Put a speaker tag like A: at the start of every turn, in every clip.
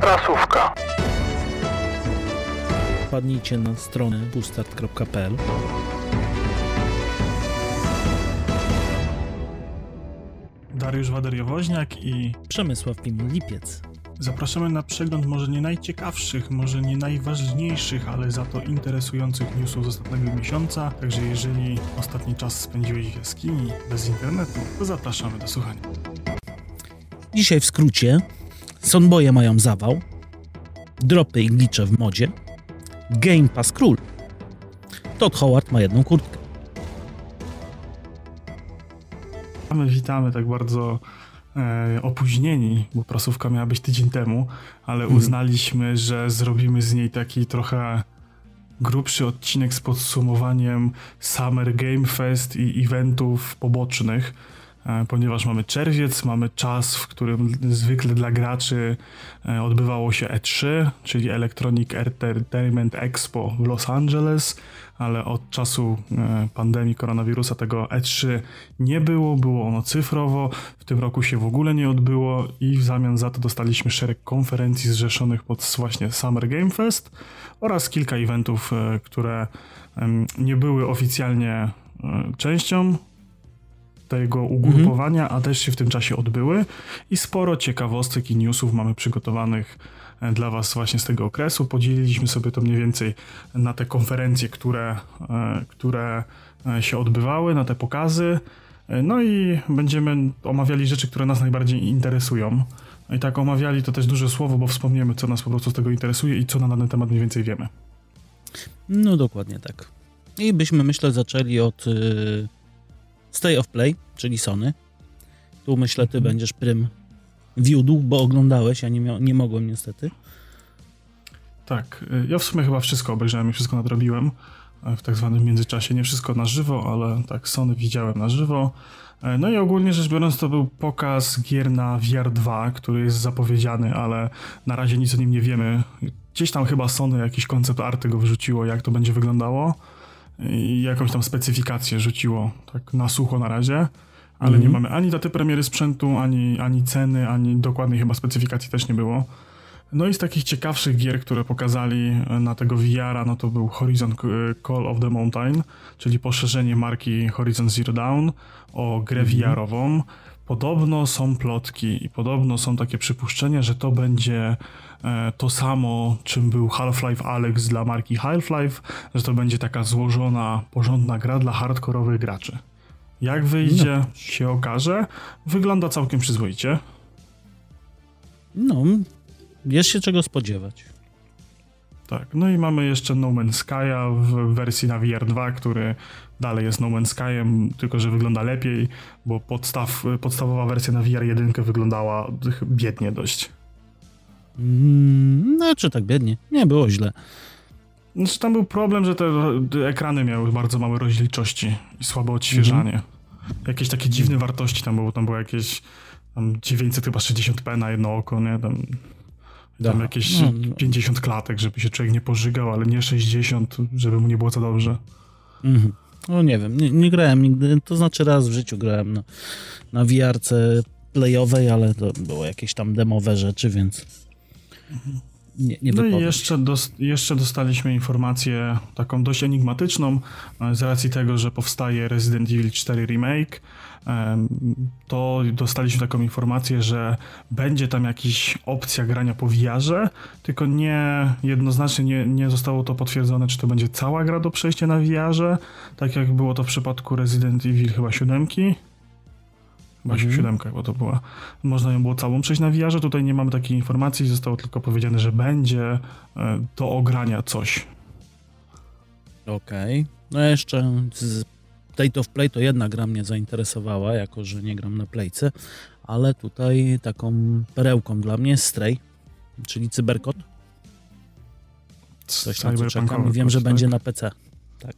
A: Prasówka.
B: Wpadnijcie na stronę bustart.pl.
C: Dariusz Wader-Jowoźniak i
B: Przemysław Pimin-Lipiec.
C: Zapraszamy na przegląd może nie najciekawszych, może nie najważniejszych, ale za to interesujących newsów z ostatniego miesiąca. Także jeżeli ostatni czas spędziłeś w jaskini bez internetu, to zapraszamy do słuchania.
B: Dzisiaj w skrócie: Sonboje mają zawał, dropy i glitche w modzie, Game Pass król, Todd Howard ma jedną kurtkę.
C: Witamy tak bardzo opóźnieni, bo prasówka miała być tydzień temu, ale uznaliśmy, że zrobimy z niej taki trochę grubszy odcinek z podsumowaniem Summer Game Fest i eventów pobocznych, ponieważ mamy czerwiec, mamy czas, w którym zwykle dla graczy odbywało się E3, czyli Electronic Entertainment Expo w Los Angeles, ale od czasu pandemii koronawirusa tego E3 nie było, było ono cyfrowo, w tym roku się w ogóle nie odbyło i w zamian za to dostaliśmy szereg konferencji zrzeszonych pod właśnie Summer Game Fest oraz kilka eventów, które nie były oficjalnie częścią tego ugrupowania, a też się w tym czasie odbyły i sporo ciekawostek i newsów mamy przygotowanych dla was właśnie z tego okresu. Podzieliliśmy sobie to mniej więcej na te konferencje, które się odbywały, na te pokazy, no i będziemy omawiali rzeczy, które nas najbardziej interesują. I tak omawiali to też duże słowo, bo wspomniemy, co nas po prostu z tego interesuje i co na dany temat mniej więcej wiemy.
B: No dokładnie tak. I byśmy, myślę, zaczęli od State of Play, czyli Sony. Tu myślę, ty będziesz prym wiódł, bo oglądałeś, ja nie mogłem niestety.
C: Tak, ja w sumie chyba wszystko obejrzałem i wszystko nadrobiłem w tak zwanym międzyczasie. Nie wszystko na żywo, ale tak, Sony widziałem na żywo. No i ogólnie rzecz biorąc to był pokaz gier na VR 2, który jest zapowiedziany, ale na razie nic o nim nie wiemy. Gdzieś tam chyba Sony jakiś koncept arty go wrzuciło, jak to będzie wyglądało i jakąś tam specyfikację rzuciło tak na sucho na razie, ale nie mamy ani daty premiery sprzętu, ani ceny, ani dokładnej chyba specyfikacji też nie było. No i z takich ciekawszych gier, które pokazali na tego VR-a, no to był Horizon Call of the Mountain, czyli poszerzenie marki Horizon Zero Dawn o grę VR-ową. Podobno są plotki i podobno są takie przypuszczenia, że to będzie to samo, czym był Half-Life Alyx dla marki Half-Life, że to będzie taka złożona, porządna gra dla hardkorowych graczy. Jak wyjdzie, się okaże. Wygląda całkiem przyzwoicie.
B: No, jest się czego spodziewać.
C: Tak, no i mamy jeszcze No Man's Sky'a w wersji na VR 2, który dalej jest No Man's Sky'em, tylko że wygląda lepiej, bo podstawowa wersja na VR 1 wyglądała biednie dość.
B: Znaczy tak biednie, nie było źle.
C: Znaczy tam był problem, że te ekrany miały bardzo małe rozdzielczości i słabe odświeżanie. Jakieś takie dziwne wartości tam było jakieś 960p na jedno oko, nie? Tam jakieś 50 klatek, żeby się człowiek nie pożygał, ale nie 60, żeby mu nie było za dobrze.
B: No nie wiem, nie grałem nigdy, to znaczy raz w życiu grałem na VR-ce playowej, ale to było jakieś tam demowe rzeczy, więc nie
C: No i jeszcze dostaliśmy informację taką dość enigmatyczną z racji tego, że powstaje Resident Evil 4 Remake. To dostaliśmy taką informację, że będzie tam jakaś opcja grania po VR-ze, tylko jednoznacznie nie zostało to potwierdzone, czy to będzie cała gra do przejścia na VR-ze, tak jak było to w przypadku Resident Evil chyba 7. Chyba 7 chyba to była. Można ją było całą przejść na VR-ze, tutaj nie mamy takiej informacji, zostało tylko powiedziane, że będzie do ogrania coś.
B: Okej. No jeszcze z State of Play to jedna gra mnie zainteresowała, jako że nie gram na Playce, ale tutaj taką perełką dla mnie jest Stray, czyli cyberkot. Coś na co czekam i wiem, że będzie na PC. Tak.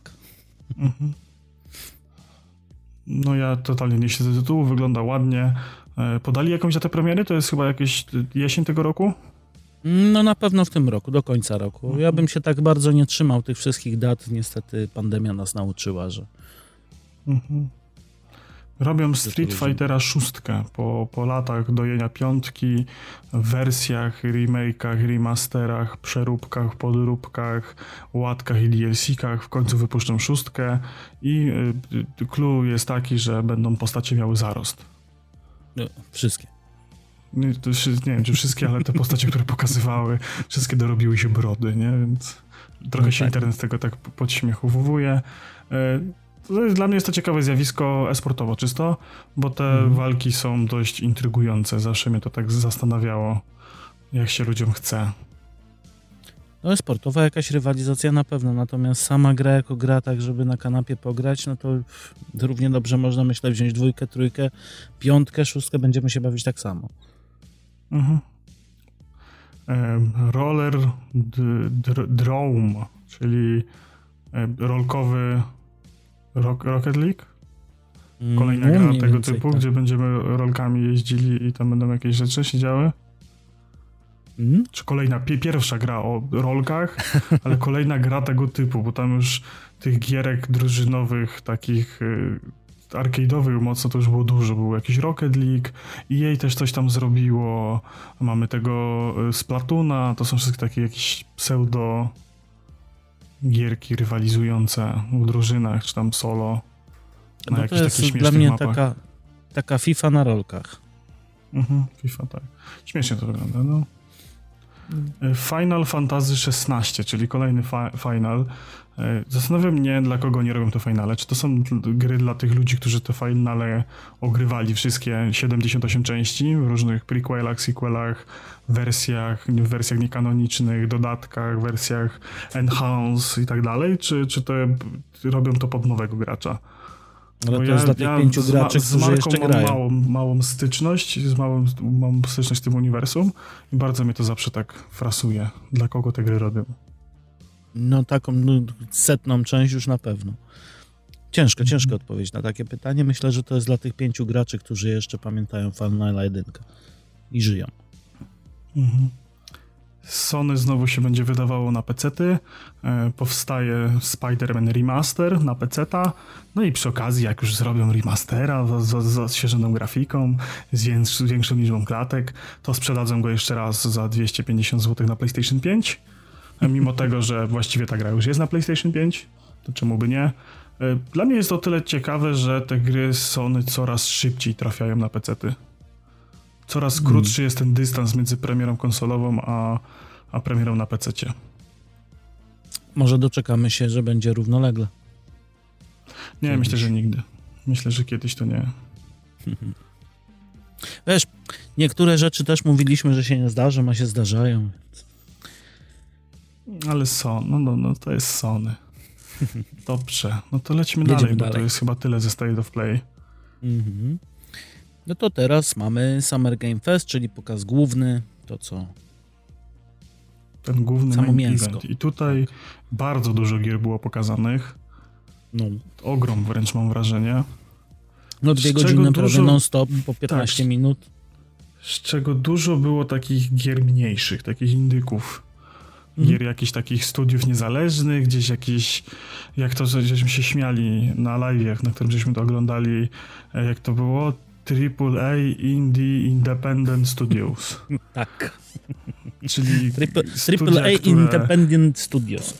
C: No ja totalnie nie śledzę tytułu, wygląda ładnie. Podali jakąś datę premiery? To jest chyba jakieś jesień tego roku?
B: No na pewno w tym roku, do końca roku. Ja bym się tak bardzo nie trzymał tych wszystkich dat. Niestety pandemia nas nauczyła, że...
C: Robią Street Fightera 6 po latach dojenia 5 w wersjach, remake'ach, remasterach, przeróbkach, podróbkach, łatkach i DLC-kach. W końcu wypuszczą 6 i clue jest taki, że będą postacie miały zarost.
B: No, wszystkie.
C: Nie wiem, czy wszystkie, ale te postacie, które pokazywały, wszystkie dorobiły się brody, nie? Więc trochę się internet z tego tak podśmiechowuje. Dla mnie jest to ciekawe zjawisko e-sportowo czysto, bo te walki są dość intrygujące. Zawsze mnie to tak zastanawiało, jak się ludziom chce.
B: No sportowa jakaś rywalizacja na pewno, natomiast sama gra jako gra, tak żeby na kanapie pograć, no to równie dobrze można, myślę, wziąć 2, 3, 5, 6, będziemy się bawić tak samo.
C: Roller Drome, czyli rolkowy Rocket League? Kolejna gra tego typu, tak. Gdzie będziemy rolkami jeździli i tam będą jakieś rzeczy się działy? Czy kolejna, pierwsza gra o rolkach, ale kolejna gra tego typu, bo tam już tych gierek drużynowych, takich arcade'owych mocno to już było dużo. Był jakiś Rocket League i jej też coś tam zrobiło. Mamy tego Splatoona, to są wszystkie takie jakieś pseudo gierki rywalizujące w drużynach, czy tam solo.
B: Na jakichś takich śmiesznych dla mnie mapach. Taka FIFA na rolkach.
C: FIFA, tak. Śmiesznie to wygląda, no. Final Fantasy XVI, czyli kolejny final. Zastanawia mnie, dla kogo nie robią te finale. Czy to są gry dla tych ludzi, którzy te finale ogrywali wszystkie 78 części w różnych prequelach, sequelach, wersjach niekanonicznych, dodatkach, wersjach enhance i tak dalej? Czy to robią to pod nowego gracza?
B: Ale to jest dla tych 5 graczy, którzy jeszcze grają.
C: Małą styczność, małą styczność z tym uniwersum i bardzo mnie to zawsze tak frasuje. Dla kogo te gry robią?
B: No taką 100. część już na pewno. Ciężko odpowiedzieć na takie pytanie. Myślę, że to jest dla tych 5 graczy, którzy jeszcze pamiętają Finala 1 i żyją.
C: Sony znowu się będzie wydawało na PC-ty, powstaje Spider-Man Remaster na PC-ta, no i przy okazji, jak już zrobią remastera z odświeżoną grafiką, z większą liczbą klatek, to sprzedadzą go jeszcze raz za 250 zł na PlayStation 5, mimo tego, że właściwie ta gra już jest na PlayStation 5, to czemu by nie? Dla mnie jest to tyle ciekawe, że te gry Sony coraz szybciej trafiają na PC-ty. Coraz krótszy jest ten dystans między premierą konsolową a premierą na PC-cie.
B: Może doczekamy się, że będzie równolegle.
C: Nie, kiedyś. Myślę, że nigdy. Myślę, że kiedyś to nie.
B: Wiesz, niektóre rzeczy też mówiliśmy, że się nie zdarzą, a się zdarzają. Więc...
C: Ale no to jest Sony. Dobrze, no to lecimy dalej, bo to jest chyba tyle ze State of Play.
B: No to teraz mamy Summer Game Fest, czyli pokaz główny, to co?
C: Ten główny main event. I tutaj bardzo dużo gier było pokazanych. No. Ogrom wręcz mam wrażenie.
B: No 2 godziny prawie non-stop, po 15 minut.
C: Z czego dużo było takich gier mniejszych, takich indyków. Gier jakichś takich studiów niezależnych, gdzieś jakieś, jak to, żeśmy się śmiali na live'ach, na którym żeśmy to oglądali, jak to było? AAA Indie Independent Studios.
B: Tak.
C: Czyli
B: AAA Independent Studios.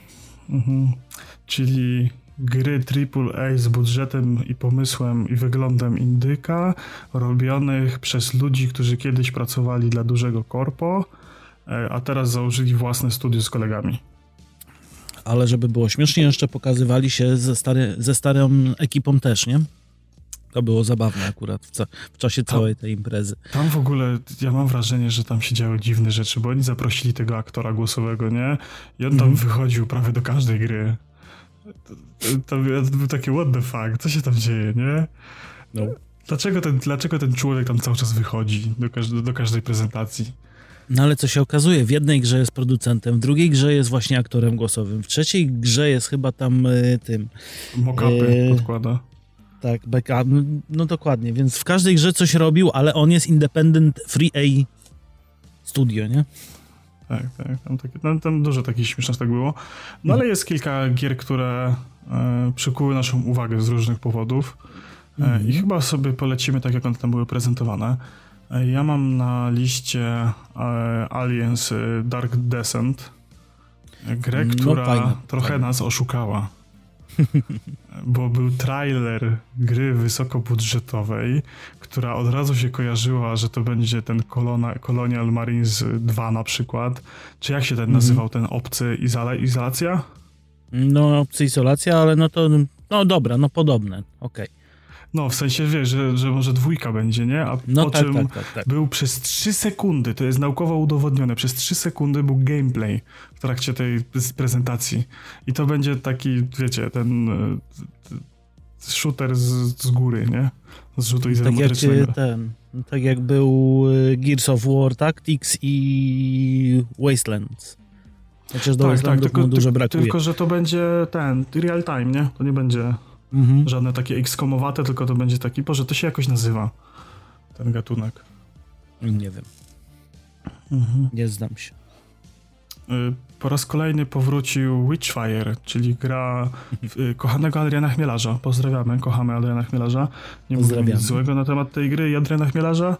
C: Czyli gry AAA z budżetem i pomysłem i wyglądem indyka, robionych przez ludzi, którzy kiedyś pracowali dla dużego korpo, a teraz założyli własne studio z kolegami.
B: Ale żeby było śmiesznie, jeszcze pokazywali się ze starą ekipą też, nie? To było zabawne akurat w czasie całej tej imprezy.
C: Tam w ogóle, ja mam wrażenie, że tam się działy dziwne rzeczy, bo oni zaprosili tego aktora głosowego, nie? I on tam wychodził prawie do każdej gry. To był takie what the fuck, co się tam dzieje, nie? No. Dlaczego ten człowiek tam cały czas wychodzi do każdej prezentacji?
B: No ale co się okazuje, w jednej grze jest producentem, w drugiej grze jest właśnie aktorem głosowym, w trzeciej grze jest chyba tam tym...
C: Mock-upy podkłada.
B: Tak, backup, no dokładnie, więc w każdej grze coś robił, ale on jest independent free A studio, nie?
C: Tak, tam dużo takich śmiesznostek było. No ale jest kilka gier, które przykuły naszą uwagę z różnych powodów. I chyba sobie polecimy tak, jak one tam były prezentowane. Ja mam na liście Aliens Dark Descent, grę, która trochę nas oszukała. Bo był trailer gry wysokobudżetowej, która od razu się kojarzyła, że to będzie ten Colonial Marines 2 na przykład. Czy jak się ten nazywał, ten obcy izolacja?
B: No, obcy izolacja, ale no to, no dobra, no podobne, okej.
C: No, w sensie, wiesz, że może 2 będzie, nie? A
B: no
C: po
B: tak,
C: czym
B: tak.
C: był przez 3 sekundy, to jest naukowo udowodnione, przez 3 sekundy był gameplay w trakcie tej prezentacji. I to będzie taki, wiecie, ten shooter z góry, nie? Z rzutu izometrycznego.
B: Tak jak był Gears of War Tactics i Wastelands. Chociaż do Wastelandów mu dużo brakuje.
C: Tylko, że to będzie real time, nie? To nie będzie żadne takie XCOM-owate, tylko to będzie taki, Boże, to się jakoś nazywa, ten gatunek.
B: Nie wiem. Nie znam się.
C: Po raz kolejny powrócił Witchfire, czyli gra kochanego Adriana Chmielarza. Pozdrawiamy, kochamy Adriana Chmielarza. Nie mówię nic złego na temat tej gry i Adriana Chmielarza.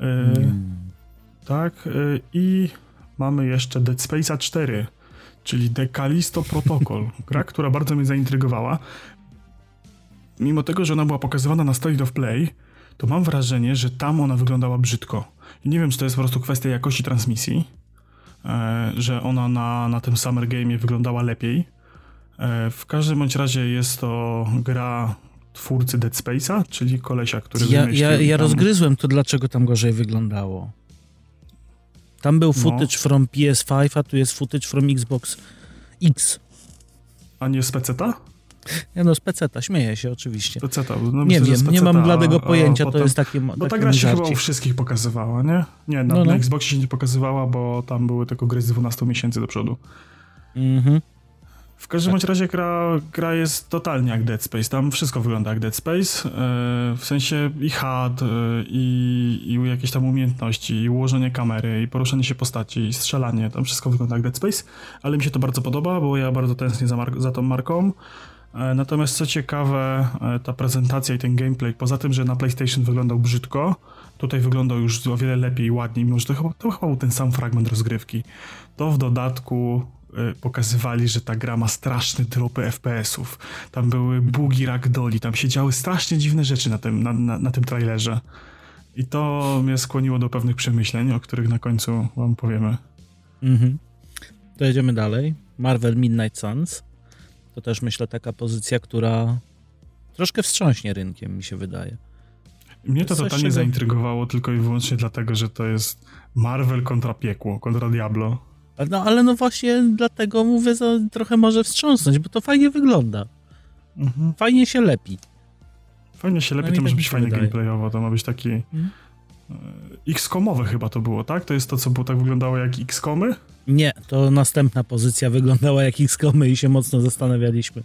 C: Tak. I mamy jeszcze Dead Space'a 4, czyli The Callisto Protocol. Gra, która bardzo mnie zaintrygowała. Mimo tego, że ona była pokazywana na State of Play, to mam wrażenie, że tam ona wyglądała brzydko. I nie wiem, czy to jest po prostu kwestia jakości transmisji, że ona na tym Summer Game'ie wyglądała lepiej. W każdym bądź razie jest to gra twórcy Dead Space'a, czyli kolesia, który wymyślił...
B: Ja rozgryzłem to, dlaczego tam gorzej wyglądało. Tam był footage from PS5, a tu jest footage from Xbox X.
C: A nie z PC-ta?
B: Ja no z PC-ta, śmieję się oczywiście.
C: PC-ta,
B: no nie myślę, wiem, nie mam bladego pojęcia, to jest takie...
C: Bo ta gra się chyba u wszystkich pokazywała, nie? Nie, na Xboxie się nie pokazywała, bo tam były tylko gry z 12 miesięcy do przodu. W każdym bądź razie gra jest totalnie jak Dead Space. Tam wszystko wygląda jak Dead Space. W sensie i HUD, i jakieś tam umiejętności, i ułożenie kamery, i poruszanie się postaci, i strzelanie. Tam wszystko wygląda jak Dead Space. Ale mi się to bardzo podoba, bo ja bardzo tęsknię za tą marką. Natomiast co ciekawe, ta prezentacja i ten gameplay, poza tym, że na PlayStation wyglądał brzydko, tutaj wyglądał już o wiele lepiej i ładniej, mimo że to chyba był ten sam fragment rozgrywki. To w dodatku pokazywali, że ta gra ma straszne dropy FPS-ów. Tam były bugi ragdolli, tam się działy strasznie dziwne rzeczy na tym trailerze. I to mnie skłoniło do pewnych przemyśleń, o których na końcu wam powiemy.
B: To jedziemy dalej. Marvel Midnight Suns. To też myślę taka pozycja, która troszkę wstrząśnie rynkiem, mi się wydaje.
C: Mnie to totalnie zaintrygowało tylko i wyłącznie dlatego, że to jest Marvel kontra piekło, kontra Diablo.
B: No ale no właśnie dlatego mówię, że trochę może wstrząsnąć, bo to fajnie wygląda. Fajnie się lepi.
C: Fajnie się lepi, to może być fajnie gameplayowo, to ma być taki XCOM-owe chyba to było, tak? To jest to, co było, tak wyglądało jak XCOM-y?
B: Nie, to następna pozycja wyglądała jak XCOM-y i się mocno zastanawialiśmy.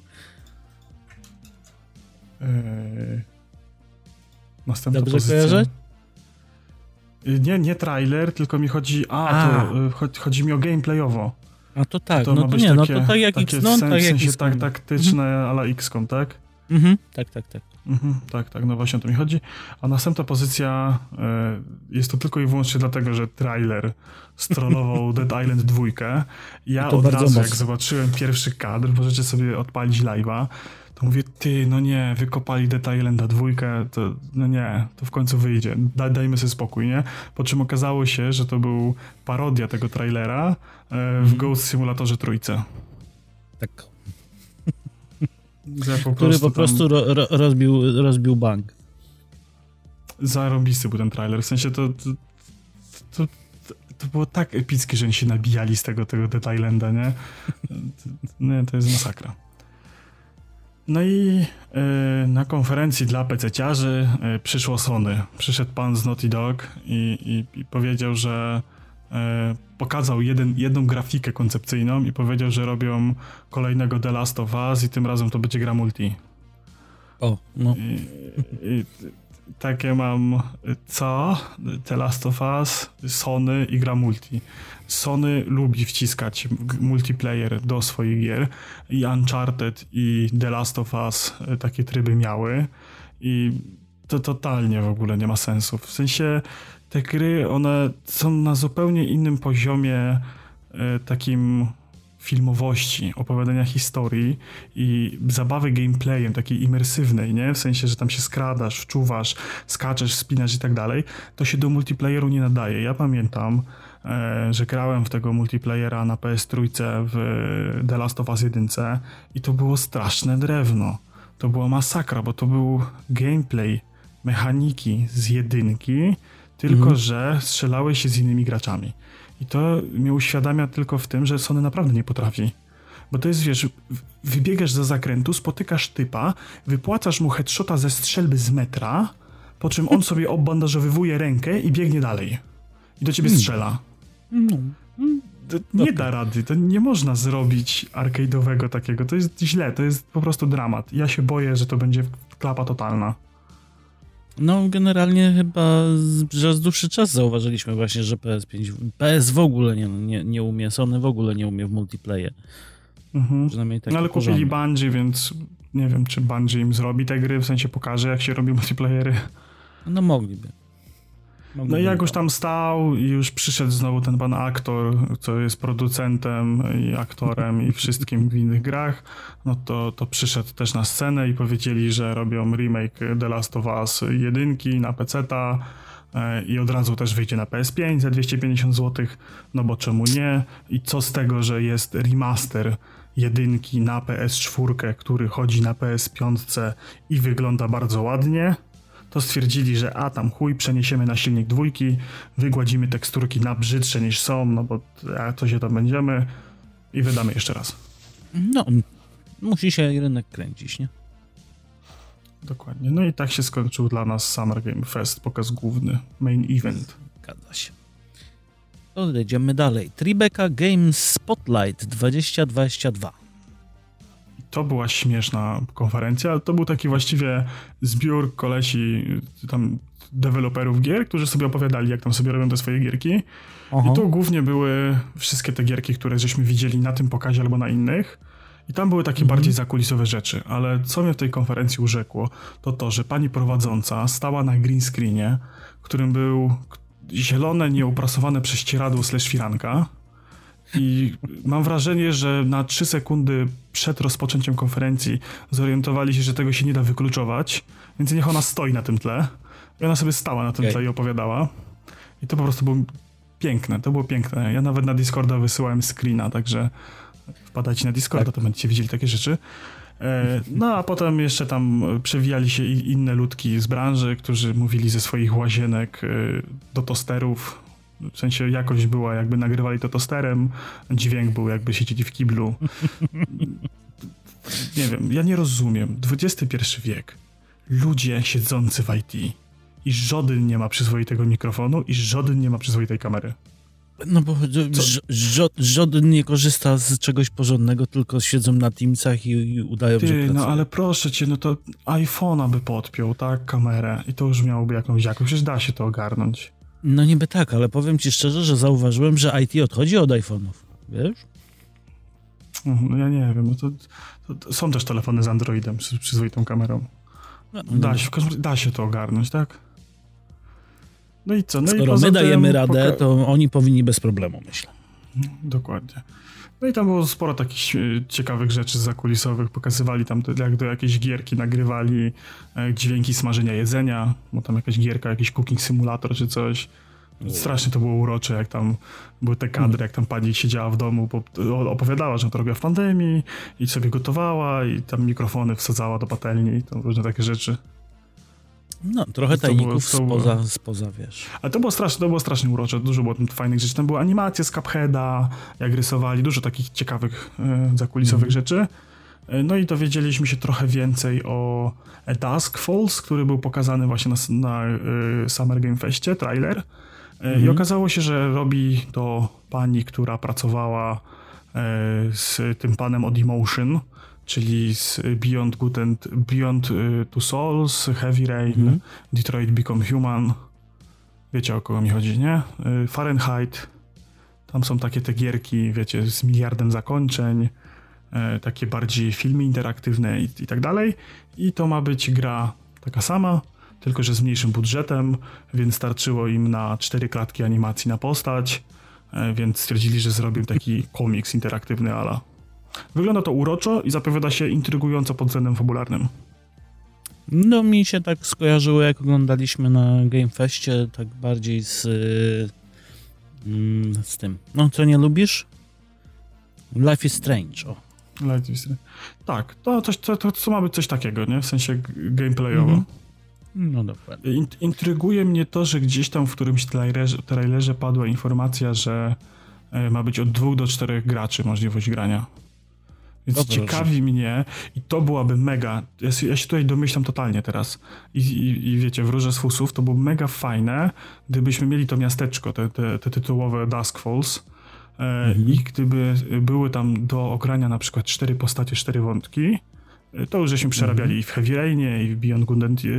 C: Następna
B: Dobrze
C: pozycja.
B: kojarzę?
C: Nie trailer, tylko mi chodzi... chodzi mi o gameplayowo.
B: A to tak,
C: to
B: no to nie, takie, no to tak jak XCOM, tak jak
C: XCOM.
B: tak
C: taktyczne a la XCOM, tak?
B: Tak.
C: Tak, no właśnie o to mi chodzi. A następna pozycja jest to tylko i wyłącznie dlatego, że trailer strollował Dead Island 2. Ja od razu, jak zobaczyłem pierwszy kadr, możecie sobie odpalić live'a, to mówię, no nie, wykopali Dead Islanda 2, to no nie, to w końcu wyjdzie. Dajmy sobie spokój, nie? Po czym okazało się, że to był parodia tego trailera w Ghost Simulatorze trójce.
B: Tak.
C: Który
B: po prostu rozbił bank.
C: Zarąbisty był ten trailer. W sensie to było tak epickie, że oni się nabijali z tego Dead Islanda, nie? Nie, to jest masakra. No i na konferencji dla PC-ciarzy przyszło Sony. Przyszedł pan z Naughty Dog i powiedział, że pokazał jedną grafikę koncepcyjną i powiedział, że robią kolejnego The Last of Us i tym razem to będzie gra multi.
B: O, no.
C: I takie mam, co? The Last of Us, Sony i gra multi. Sony lubi wciskać multiplayer do swoich gier i Uncharted i The Last of Us takie tryby miały i to totalnie w ogóle nie ma sensu. W sensie te gry, one są na zupełnie innym poziomie takim filmowości, opowiadania historii i zabawy gameplayem, takiej imersywnej, nie? W sensie, że tam się skradasz, wczuwasz, skaczesz, spinasz i tak dalej, to się do multiplayeru nie nadaje. Ja pamiętam, że grałem w tego multiplayera na PS3 w The Last of Us 1 i to było straszne drewno. To była masakra, bo to był gameplay, mechaniki z jedynki, tylko że strzelałeś się z innymi graczami. I to mnie uświadamia tylko w tym, że Sony naprawdę nie potrafi. Bo to jest, wiesz, wybiegasz za zakrętu, spotykasz typa, wypłacasz mu headshota ze strzelby z metra, po czym on sobie obbandażowywuje rękę i biegnie dalej. I do ciebie strzela. To nie da rady, to nie można zrobić arcade'owego takiego. To jest źle, to jest po prostu dramat. Ja się boję, że to będzie klapa totalna.
B: No, generalnie chyba przez dłuższy czas zauważyliśmy właśnie, że PS w ogóle nie umie, Sony w ogóle nie umie w multiplayer. Przynajmniej tak.
C: No ale kupili Bungie, więc nie wiem, czy Bungie im zrobi te gry, w sensie pokaże, jak się robi multiplayery.
B: No mogliby.
C: No i jak już tam stał i już przyszedł znowu ten pan aktor, co jest producentem i aktorem i wszystkim w innych grach, no to przyszedł też na scenę i powiedzieli, że robią remake The Last of Us 1 na PC-ta i od razu też wyjdzie na PS5 za 250 zł, no bo czemu nie? I co z tego, że jest remaster 1 na PS4, który chodzi na PS5 i wygląda bardzo ładnie? To stwierdzili, że tam chuj, przeniesiemy na silnik 2, wygładzimy teksturki na brzydsze niż są, no bo to się tam będziemy i wydamy jeszcze raz.
B: No, musi się rynek kręcić, nie?
C: Dokładnie. No i tak się skończył dla nas Summer Game Fest, pokaz główny, main event.
B: Zgadza się. To idziemy dalej. Tribeca Games Spotlight 2022.
C: To była śmieszna konferencja. To był taki właściwie zbiór kolesi, tam deweloperów gier, którzy sobie opowiadali, jak tam sobie robią te swoje gierki. I tu głównie były wszystkie te gierki, które żeśmy widzieli na tym pokazie albo na innych. I tam były takie bardziej zakulisowe rzeczy. Ale co mnie w tej konferencji urzekło, to, że pani prowadząca stała na green screenie, w którym był zielone, nieuprasowane prześcieradło / firanka. I mam wrażenie, że na 3 sekundy przed rozpoczęciem konferencji zorientowali się, że tego się nie da wykluczować, więc niech ona stoi na tym tle. I ona sobie stała na tym tle i opowiadała. I to po prostu było piękne, to było piękne. Ja nawet na Discorda wysyłałem screena, także wpadajcie na Discorda, to będziecie widzieli takie rzeczy. No a potem jeszcze tam przewijali się inne ludki z branży, którzy mówili ze swoich łazienek do tosterów. W sensie jakość była, jakby nagrywali to tosterem, dźwięk był, jakby siedzieli w kiblu. Nie wiem, ja nie rozumiem. XXI wiek. Ludzie siedzący w IT i żaden nie ma przyzwoitego mikrofonu i żaden nie ma przyzwoitej kamery.
B: No bo żaden nie korzysta z czegoś porządnego, tylko siedzą na Teamsach i udają, że pracują.
C: No ale proszę cię, no to iPhone'a by podpiął, tak, kamerę i to już miałoby jakąś jakość, przecież da się to ogarnąć.
B: No niby tak, ale powiem ci szczerze, że zauważyłem, że IT odchodzi od iPhone'ów, wiesz?
C: No ja nie wiem, no to są też telefony z Androidem, z przyzwoitą kamerą. Da się to ogarnąć, tak? No i co? No
B: skoro my dajemy radę, to oni powinni bez problemu, myślę.
C: Dokładnie. No i tam było sporo takich ciekawych rzeczy zakulisowych. Pokazywali tam, jak do jakiejś gierki nagrywali dźwięki smażenia jedzenia, bo tam jakaś gierka, jakiś cooking simulator czy coś. Strasznie to było urocze, jak tam były te kadry, jak tam pani siedziała w domu, bo opowiadała, że to robiła w pandemii i sobie gotowała i tam mikrofony wsadzała do patelni i tam różne takie rzeczy.
B: No, trochę tajników spoza, wiesz.
C: Ale to było strasznie urocze, dużo było tam fajnych rzeczy. Tam były animacje z Cupheada, jak rysowali, dużo takich ciekawych, zakulisowych rzeczy. No i dowiedzieliśmy się trochę więcej o A Dusk Falls, który był pokazany właśnie na Summer Game Festie, trailer. I okazało się, że robi to pani, która pracowała z tym panem od Emotion, czyli z Beyond Two Souls, Heavy Rain, Detroit Become Human. Wiecie, o kogo mi chodzi, nie? Fahrenheit. Tam są takie te gierki, wiecie, z miliardem zakończeń, takie bardziej filmy interaktywne i tak dalej. I to ma być gra taka sama, tylko że z mniejszym budżetem, więc starczyło im na 4 klatki animacji na postać, więc stwierdzili, że zrobią taki komiks interaktywny ala. Wygląda to uroczo i zapowiada się intrygująco pod względem fabularnym.
B: No mi się tak skojarzyło, jak oglądaliśmy na Game Festie, tak bardziej z tym. No, co nie lubisz? Life is Strange, o.
C: Life is Strange. Tak, to ma być coś takiego, nie? W sensie gameplayowo.
B: No dokładnie.
C: Intryguje mnie to, że gdzieś tam w którymś trailerze padła informacja, że ma być od 2 do 4 graczy możliwość grania. Więc ciekawi mnie i to byłaby mega, ja się tutaj domyślam totalnie teraz i wiecie, wróżę z fusów, to było mega fajne, gdybyśmy mieli to miasteczko, te tytułowe Dusk Falls i gdyby były tam do ogrania na przykład 4 postacie, 4 wątki, to już żeśmy przerabiali i w Heavy Rainie, i w Beyond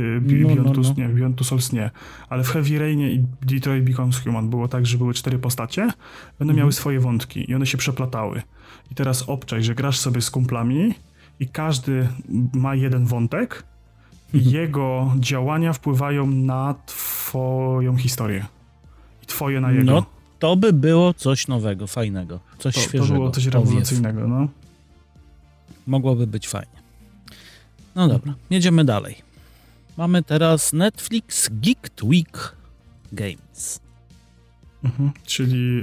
C: Two Souls nie, ale w Heavy Rainie i Detroit Becomes Human było tak, że były 4 postacie, będą miały swoje wątki i one się przeplatały. I teraz obczaj, że grasz sobie z kumplami i każdy ma jeden wątek i jego działania wpływają na twoją historię. I twoje na jego.
B: No, to by było coś nowego, fajnego, coś świeżego.
C: To było coś rewolucyjnego, no.
B: Mogłoby być fajnie. No dobra, jedziemy dalej. Mamy teraz Netflix Geek Week Games.
C: Czyli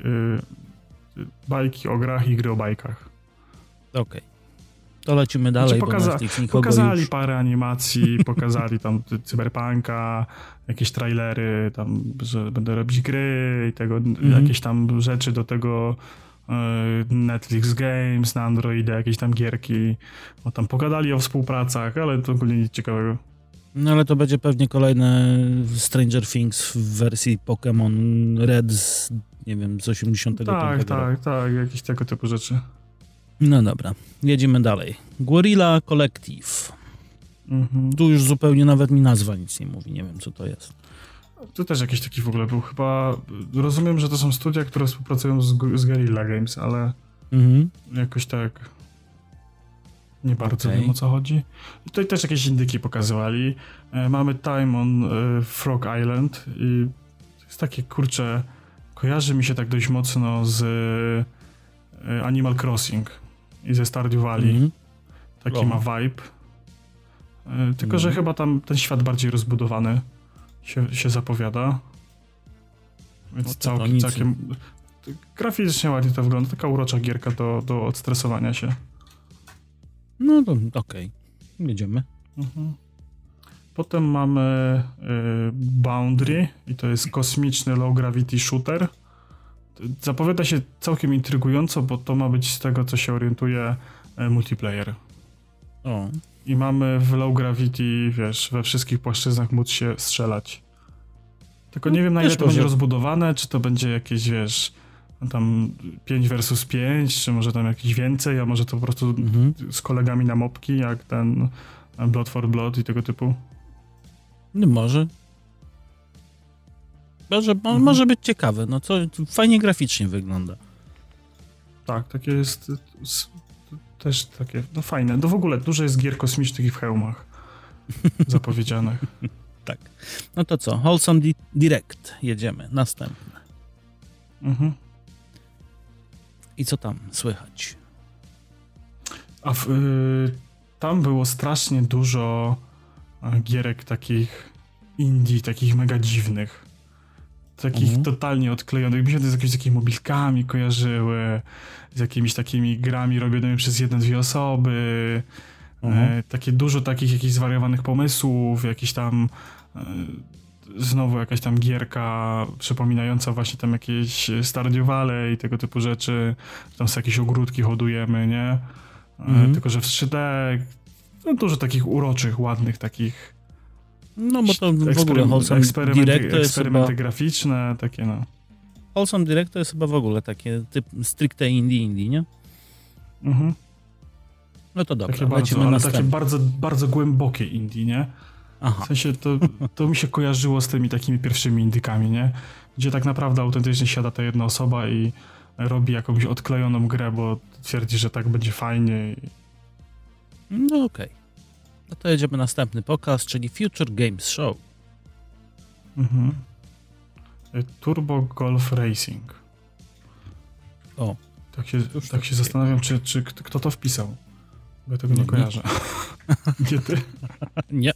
C: bajki o grach i gry o bajkach.
B: Okej. To lecimy dalej, bo Netflix nikogo
C: pokazali
B: już...
C: parę animacji, pokazali tam Cyberpunka, jakieś trailery, tam, że będę robić gry i tego, jakieś tam rzeczy do tego Netflix Games na Androidzie, jakieś tam gierki. No, tam pogadali o współpracach, ale to ogólnie nic ciekawego.
B: No ale to będzie pewnie kolejne Stranger Things w wersji Pokémon Red z, nie wiem, z 85 roku.
C: Tak, jakieś tego typu rzeczy.
B: No dobra, jedziemy dalej. Guerrilla Collective. Tu już zupełnie nawet mi nazwa nic nie mówi, nie wiem co to jest.
C: Tu też jakiś taki w ogóle był chyba... Rozumiem, że to są studia, które współpracują z Guerrilla Games, ale jakoś tak nie bardzo wiem, o co chodzi. I tutaj też jakieś indyki pokazywali. Mamy Time on Frog Island i to jest takie, kurczę, kojarzy mi się tak dość mocno z Animal Crossing i ze Stardew Valley. Taki ma vibe. Tylko, że chyba tam ten świat bardziej rozbudowany się zapowiada. Więc całkiem graficznie ładnie to wygląda. Taka urocza gierka do odstresowania się.
B: No to okej. Jedziemy.
C: Potem mamy Boundary i to jest kosmiczny low gravity shooter. Zapowiada się całkiem intrygująco, bo to ma być z tego, co się orientuje, multiplayer.
B: O.
C: I mamy w low gravity, wiesz, we wszystkich płaszczyznach móc się strzelać. Tylko nie wiem, na ile to będzie rozbudowane, czy to będzie jakieś, wiesz, tam 5 versus 5, czy może tam jakieś więcej, a może to po prostu z kolegami na mopki, jak ten Blood for Blood i tego typu.
B: No może. Może być ciekawe, no co, fajnie graficznie wygląda.
C: Tak, takie jest też takie, no fajne. No w ogóle dużo jest gier kosmicznych i w hełmach zapowiedzianych.
B: Tak. No to co? Wholesome Direct. Jedziemy. Następne. I co tam słychać?
C: Tam było strasznie dużo gierek takich indie, takich mega dziwnych. Takich totalnie odklejonych. Mi się to z jakimiś takimi mobilkami kojarzyły, z jakimiś takimi grami robionymi przez 1-2 osoby. Takie dużo takich jakichś zwariowanych pomysłów, jakieś tam znowu jakaś tam gierka przypominająca właśnie tam jakieś Stardew Valley i tego typu rzeczy. Tam są jakieś ogródki, hodujemy, nie? Tylko, że w 3D no, dużo takich uroczych, ładnych takich.
B: No bo to w ogóle Wholesome Direct to jest
C: eksperymenty
B: chyba...
C: graficzne, takie no.
B: Wholesome Direct to jest chyba w ogóle takie typ stricte indie, nie? No to dobra, lecimy następnie.
C: Takie bardzo, bardzo głębokie indie, nie?
B: Aha.
C: W sensie to mi się kojarzyło z tymi takimi pierwszymi indykami, nie? Gdzie tak naprawdę autentycznie siada ta jedna osoba i robi jakąś odklejoną grę, bo twierdzi, że tak będzie fajnie.
B: No okej. No to jedziemy następny pokaz, czyli Future Games Show.
C: Turbo Golf Racing.
B: O.
C: Tak się zastanawiam, czy kto to wpisał. Bo ja tego nie kojarzę. Nie ty?
B: Nie.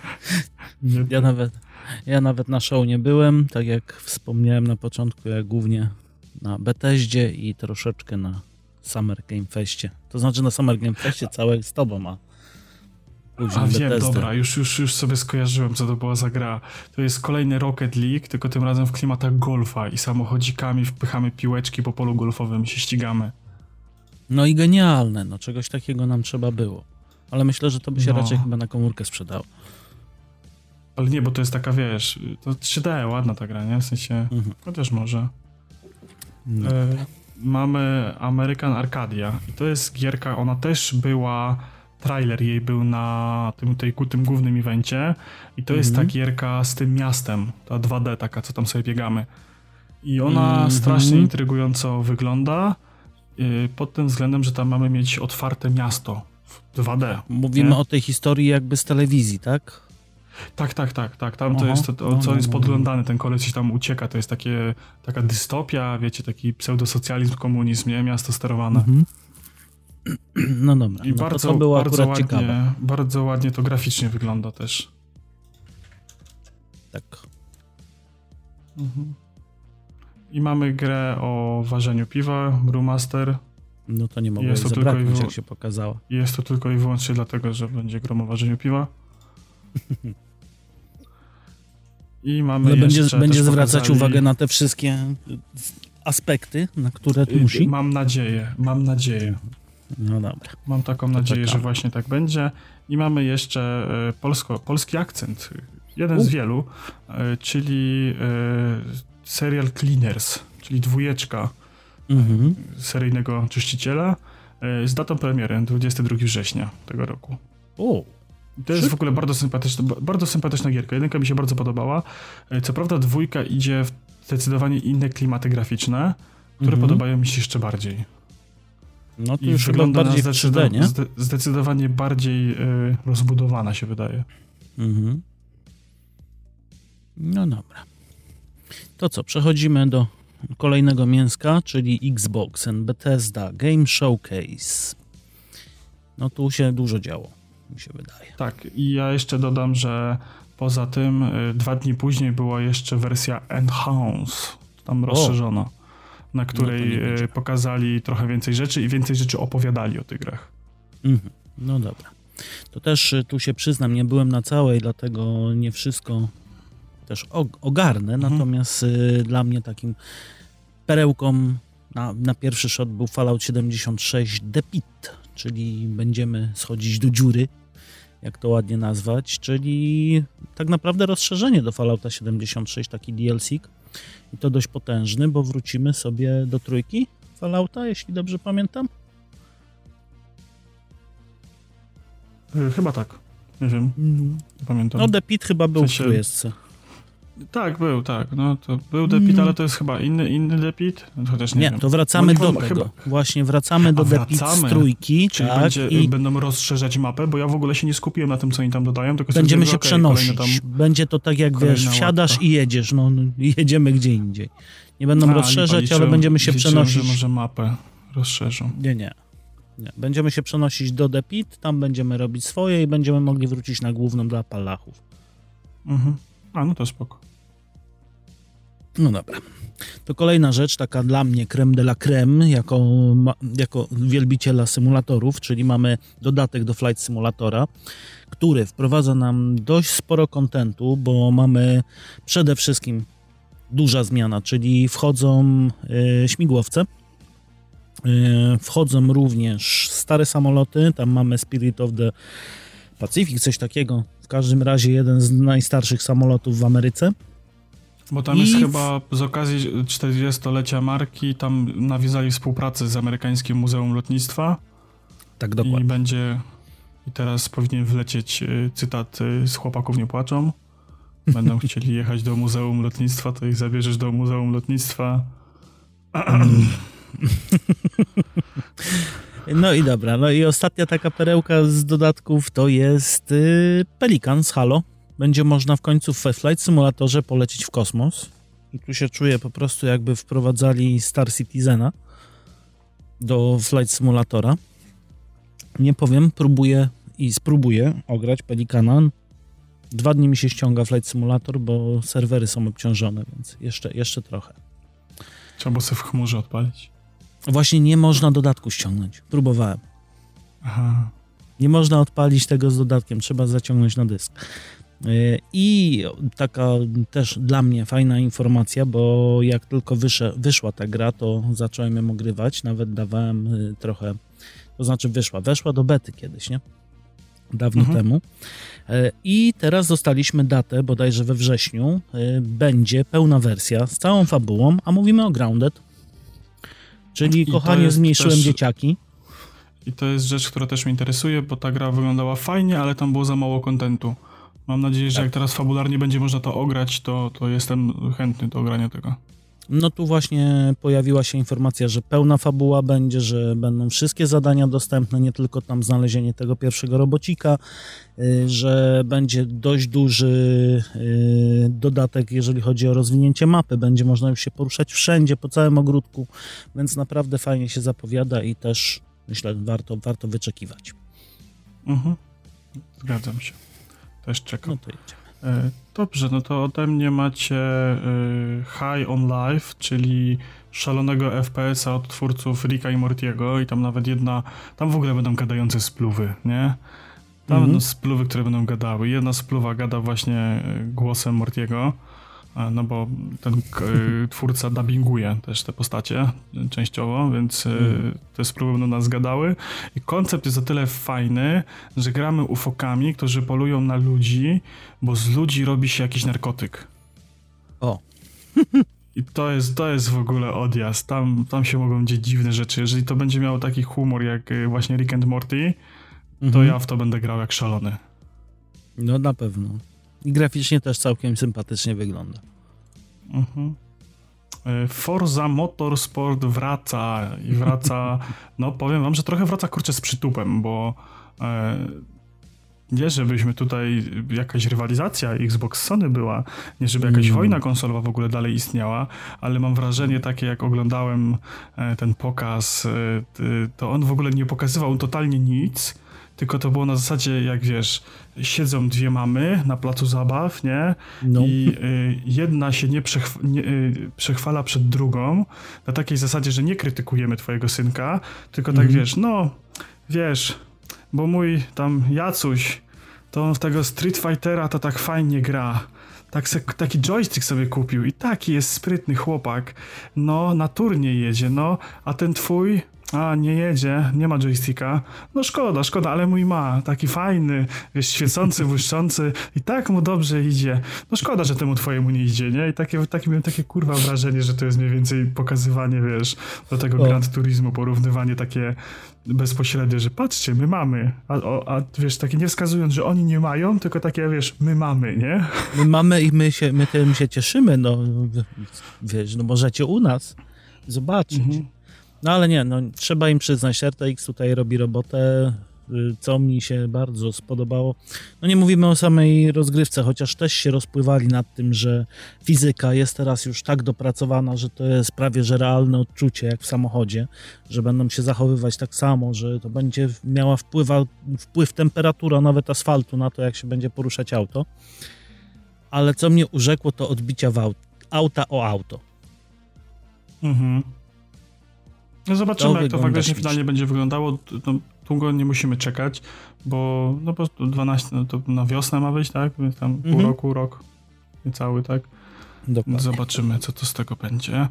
B: Ja nawet na show nie byłem, tak jak wspomniałem na początku, ja głównie na Bethesdzie i troszeczkę na Summer Game Festie. To znaczy na Summer Game Festie całe z tobą, a później
C: wiem,
B: Bethesda.
C: dobra, już sobie skojarzyłem, co to była za gra. To jest kolejny Rocket League, tylko tym razem w klimatach golfa i samochodzikami wpychamy piłeczki po polu golfowym i się ścigamy.
B: No i genialne, no czegoś takiego nam trzeba było. Ale myślę, że to by się raczej chyba na komórkę sprzedało.
C: Ale nie, bo to jest taka, wiesz, to 3D, ładna ta gra, nie? W sensie, chociaż może.
B: No.
C: Mamy American Arcadia i to jest gierka, ona też była, trailer jej był na tym głównym evencie i to jest ta gierka z tym miastem, ta 2D taka, co tam sobie biegamy. I ona strasznie intrygująco wygląda pod tym względem, że tam mamy mieć otwarte miasto w 2D.
B: Mówimy
C: nie?
B: o tej historii jakby z telewizji, tak?
C: Tak. Tam to jest to, co jest podglądane, ten koleś tam ucieka, to jest taka dystopia, wiecie, taki pseudosocjalizm, komunizm, nie? Miasto sterowane.
B: No dobra,
C: I
B: no to było akurat
C: ładnie,
B: ciekawe.
C: bardzo ładnie to graficznie wygląda też.
B: Tak.
C: I mamy grę o ważeniu piwa, Brewmaster.
B: No to nie mogło
C: Jest
B: jej
C: to tylko
B: zabraknąć, jak się pokazało.
C: Jest to tylko i wyłącznie dlatego, że będzie grą o ważeniu piwa. I mamy
B: Ale
C: jeszcze
B: będzie
C: też
B: zwracać
C: pokazali...
B: uwagę na te wszystkie aspekty, na które tu musi.
C: Mam nadzieję.
B: No dobra.
C: Mam taką nadzieję,
B: czekamy.
C: że właśnie tak będzie. I mamy jeszcze polski akcent, jeden z wielu, czyli serial Cleaners, czyli 2 seryjnego czyściciela z datą premiery 22 września tego roku.
B: O,
C: To jest w ogóle bardzo sympatyczna gierka. 1 mi się bardzo podobała. Co prawda 2 idzie w zdecydowanie inne klimaty graficzne, które podobają mi się jeszcze bardziej.
B: no to
C: I
B: już chyba
C: wygląda
B: bardziej w 3D, nie?
C: zdecydowanie bardziej rozbudowana się wydaje.
B: No dobra. To co, przechodzimy do kolejnego mięska, czyli Xbox and Bethesda Game Showcase. No tu się dużo działo, mi się wydaje.
C: Tak, i ja jeszcze dodam, że poza tym 2 dni później była jeszcze wersja Enhance, tam rozszerzona, na której pokazali trochę więcej rzeczy i więcej rzeczy opowiadali o tych grach.
B: No dobra. To też tu się przyznam, nie byłem na całej, dlatego nie wszystko też ogarnę, natomiast dla mnie takim perełką na pierwszy shot był Fallout 76 The Pit, czyli będziemy schodzić do dziury, jak to ładnie nazwać, czyli tak naprawdę rozszerzenie do Fallouta 76, taki DLC-k i to dość potężny, bo wrócimy sobie do 3 Fallouta, jeśli dobrze pamiętam.
C: Chyba tak, nie wiem, nie pamiętam.
B: No The Pit chyba był w
C: sensie...
B: trójce.
C: Tak, był, tak. No, to był The Pit, ale to jest chyba inny The Pit? Chociaż nie wiem.
B: To wracamy do tego.
C: Chyba...
B: Właśnie wracamy do The Pit z 3.
C: Czyli
B: tak,
C: będą rozszerzać mapę, bo ja w ogóle się nie skupiłem na tym, co oni tam dodają, tylko
B: będziemy się przenosić. Będzie to tak jak, wiesz, wsiadasz
C: łatka.
B: i jedziesz. No, jedziemy gdzie indziej. Nie będą rozszerzać, ale będziemy się przenosić.
C: Że może mapę rozszerzą.
B: Nie. Będziemy się przenosić do The Pit, tam będziemy robić swoje i będziemy mogli wrócić na główną dla Appalachów.
C: A, no to spoko.
B: No dobra. To kolejna rzecz, taka dla mnie creme de la creme, jako wielbiciela symulatorów, czyli mamy dodatek do Flight Simulatora, który wprowadza nam dość sporo kontentu, bo mamy przede wszystkim duża zmiana, czyli wchodzą śmigłowce, wchodzą również stare samoloty, tam mamy Spirit of the Pacific, coś takiego, w każdym razie jeden z najstarszych samolotów w Ameryce.
C: Bo tam jest chyba z okazji 40-lecia marki, tam nawiązali współpracę z amerykańskim Muzeum Lotnictwa.
B: Tak, dokładnie.
C: I teraz powinien wlecieć cytat z Chłopaków nie płaczą. Będą chcieli jechać do Muzeum Lotnictwa, to ich zabierzesz do Muzeum Lotnictwa.
B: No i dobra, no i ostatnia taka perełka z dodatków to jest Pelikan z Halo. Będzie można w końcu w Flight Simulatorze polecieć w kosmos. I tu się czuję po prostu jakby wprowadzali Star Citizena do Flight Simulatora. Nie powiem, spróbuję ograć Pelikana. 2 dni mi się ściąga Flight Simulator, bo serwery są obciążone, więc jeszcze trochę.
C: Trzeba sobie w chmurze odpalić.
B: Właśnie nie można dodatku ściągnąć. Próbowałem.
C: Aha.
B: Nie można odpalić tego z dodatkiem, trzeba zaciągnąć na dysk. I taka też dla mnie fajna informacja, bo jak tylko wyszła ta gra, to zacząłem ją ogrywać, nawet dawałem trochę, to znaczy weszła do bety kiedyś, nie? Dawno temu. I teraz dostaliśmy datę, bodajże we wrześniu, będzie pełna wersja z całą fabułą, a mówimy o Grounded, czyli kochanie, zmniejszyłem dzieciaki.
C: I to jest rzecz, która też mnie interesuje, bo ta gra wyglądała fajnie, ale tam było za mało kontentu. Mam nadzieję, że jak teraz fabularnie będzie można to ograć, to jestem chętny do ogrania tego.
B: No tu właśnie pojawiła się informacja, że pełna fabuła będzie, że będą wszystkie zadania dostępne, nie tylko tam znalezienie tego pierwszego robocika, że będzie dość duży dodatek, jeżeli chodzi o rozwinięcie mapy, będzie można już się poruszać wszędzie, po całym ogródku, więc naprawdę fajnie się zapowiada i też myślę, warto wyczekiwać.
C: Zgadzam się. Też czekam.
B: No to jedziemy.
C: Dobrze, no to ode mnie macie High on Life, czyli szalonego FPS-a od twórców Ricka i Mortiego i tam nawet tam w ogóle będą gadające spluwy, nie? Tam będą spluwy, które będą gadały. Jedna spluwa gada właśnie głosem Mortiego, no bo ten twórca dubbinguje też te postacie częściowo, więc te spluwy będą nas gadały. I koncept jest o tyle fajny, że gramy ufokami, którzy polują na ludzi, bo z ludzi robi się jakiś narkotyk.
B: O.
C: I to jest w ogóle odjazd. Tam się mogą dziać dziwne rzeczy. Jeżeli to będzie miało taki humor jak właśnie Rick and Morty, to ja w to będę grał jak szalony.
B: No na pewno. I graficznie też całkiem sympatycznie wygląda.
C: Forza Motorsport wraca i wraca, no powiem wam, że trochę wraca kurczę z przytupem, bo nie żebyśmy tutaj jakaś rywalizacja Xbox-Sony była, nie żeby jakaś wojna konsolowa w ogóle dalej istniała, ale mam wrażenie takie, jak oglądałem ten pokaz, to on w ogóle nie pokazywał totalnie nic, tylko to było na zasadzie, jak wiesz, siedzą dwie mamy na placu zabaw, nie? No. I jedna się nie przechwala przed drugą, na takiej zasadzie, że nie krytykujemy twojego synka, tylko tak wiesz, no, wiesz, bo mój tam Jacuś, to on w tego Street Fightera to tak fajnie gra. Taki joystick sobie kupił i taki jest sprytny chłopak. No, na turniej jedzie, no, a ten twój... nie jedzie, nie ma joysticka. No szkoda, ale mój ma. Taki fajny, wiesz, świecący, błyszczący i tak mu dobrze idzie. No szkoda, że temu twojemu nie idzie, nie? I miałem takie kurwa wrażenie, że to jest mniej więcej pokazywanie, wiesz, do tego Gran Turismo, porównywanie takie bezpośrednie, że patrzcie, my mamy. A wiesz, takie nie wskazując, że oni nie mają, tylko takie, wiesz, my mamy, nie?
B: My mamy i my tym się cieszymy, no wiesz, no możecie u nas zobaczyć. No ale nie, no trzeba im przyznać, RTX tutaj robi robotę, co mi się bardzo spodobało. No nie mówimy o samej rozgrywce, chociaż też się rozpływali nad tym, że fizyka jest teraz już tak dopracowana, że to jest prawie że realne odczucie jak w samochodzie, że będą się zachowywać tak samo, że to będzie miała wpływ temperatura nawet asfaltu na to, jak się będzie poruszać auto. Ale co mnie urzekło, to odbicia auta o auto.
C: No zobaczymy, jak to faktycznie finalnie będzie wyglądało. Długo nie musimy czekać, bo 12, no to na wiosnę ma być, tak? Więc tam pół roku, rok niecały, tak? Dokładnie. Zobaczymy, co to z tego będzie.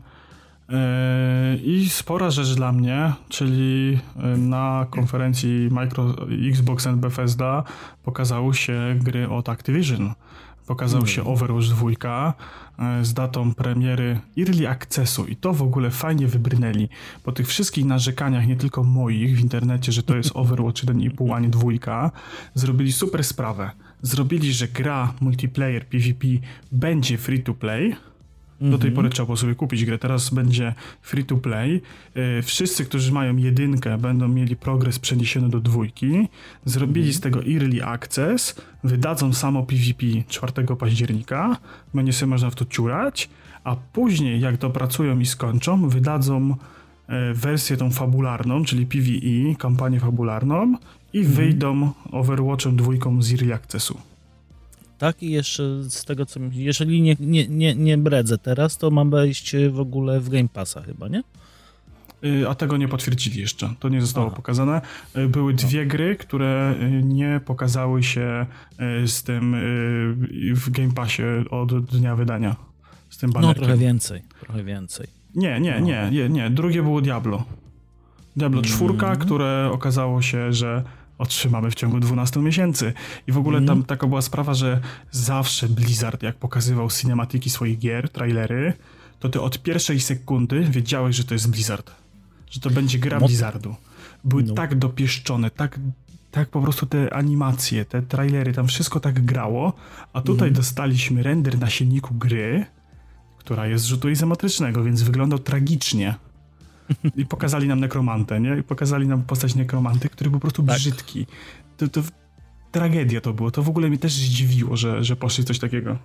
C: I spora rzecz dla mnie, czyli na konferencji Xbox and Bethesda pokazały się gry od Activision. Pokazał się Overwatch 2 z datą premiery Early Accessu i to w ogóle fajnie wybrnęli. Po tych wszystkich narzekaniach, nie tylko moich w internecie, że to jest Overwatch 1,5, a nie 2, zrobili super sprawę. Zrobili, że gra multiplayer PvP będzie free to play, Do tej pory trzeba było sobie kupić grę, teraz będzie free to play. Wszyscy, którzy mają 1, będą mieli progres przeniesiony do 2. Zrobili z tego early access, wydadzą samo PvP 4 października, będzie sobie można w to ciurać, a później jak dopracują i skończą, wydadzą wersję tą fabularną, czyli PvE, kampanię fabularną i wyjdą Overwatchem 2 z early accessu.
B: Tak, i jeszcze z tego co... Jeżeli nie bredzę teraz, to ma wejść w ogóle w Game Passa chyba, nie?
C: A tego nie potwierdzili jeszcze. To nie zostało pokazane. Były 2 gry, które nie pokazały się z tym w Game Passie od dnia wydania. Z tym banerkiem.
B: No, trochę więcej.
C: Nie. Drugie było Diablo. Diablo 4, które okazało się, że otrzymamy w ciągu 12 miesięcy. I w ogóle tam taka była sprawa, że zawsze Blizzard, jak pokazywał cinematiki swoich gier, trailery, to ty od pierwszej sekundy wiedziałeś, że to jest Blizzard. Że to będzie gra Blizzardu. Były tak dopieszczone, tak po prostu te animacje, te trailery, tam wszystko tak grało, a tutaj dostaliśmy render na silniku gry, która jest z rzutu izometrycznego, więc wyglądał tragicznie. I pokazali nam nekromantę, nie? I pokazali nam postać nekromanty, który był po prostu brzydki. To tragedia to było. To w ogóle mnie też zdziwiło, że poszli coś takiego.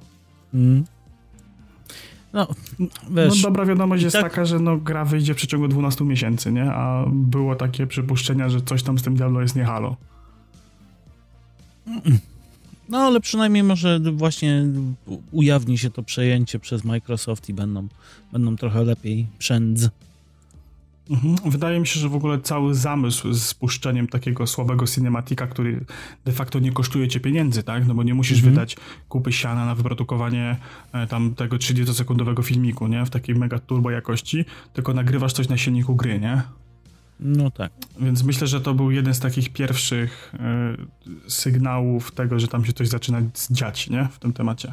B: No, wiesz,
C: dobra wiadomość jest taka, że gra wyjdzie w przeciągu 12 miesięcy, nie? A było takie przypuszczenia, że coś tam z tym Diablo jest nie halo.
B: No, ale przynajmniej może właśnie ujawni się to przejęcie przez Microsoft i będą trochę lepiej przędz.
C: Wydaje mi się, że w ogóle cały zamysł z spuszczeniem takiego słabego cinematika, który de facto nie kosztuje cię pieniędzy, tak? No bo nie musisz wydać kupy siana na wyprodukowanie tam tego 30-sekundowego filmiku, nie? W takiej mega turbo jakości, tylko nagrywasz coś na silniku gry, nie?
B: No tak.
C: Więc myślę, że to był jeden z takich pierwszych sygnałów tego, że tam się coś zaczyna dziać, nie? W tym temacie.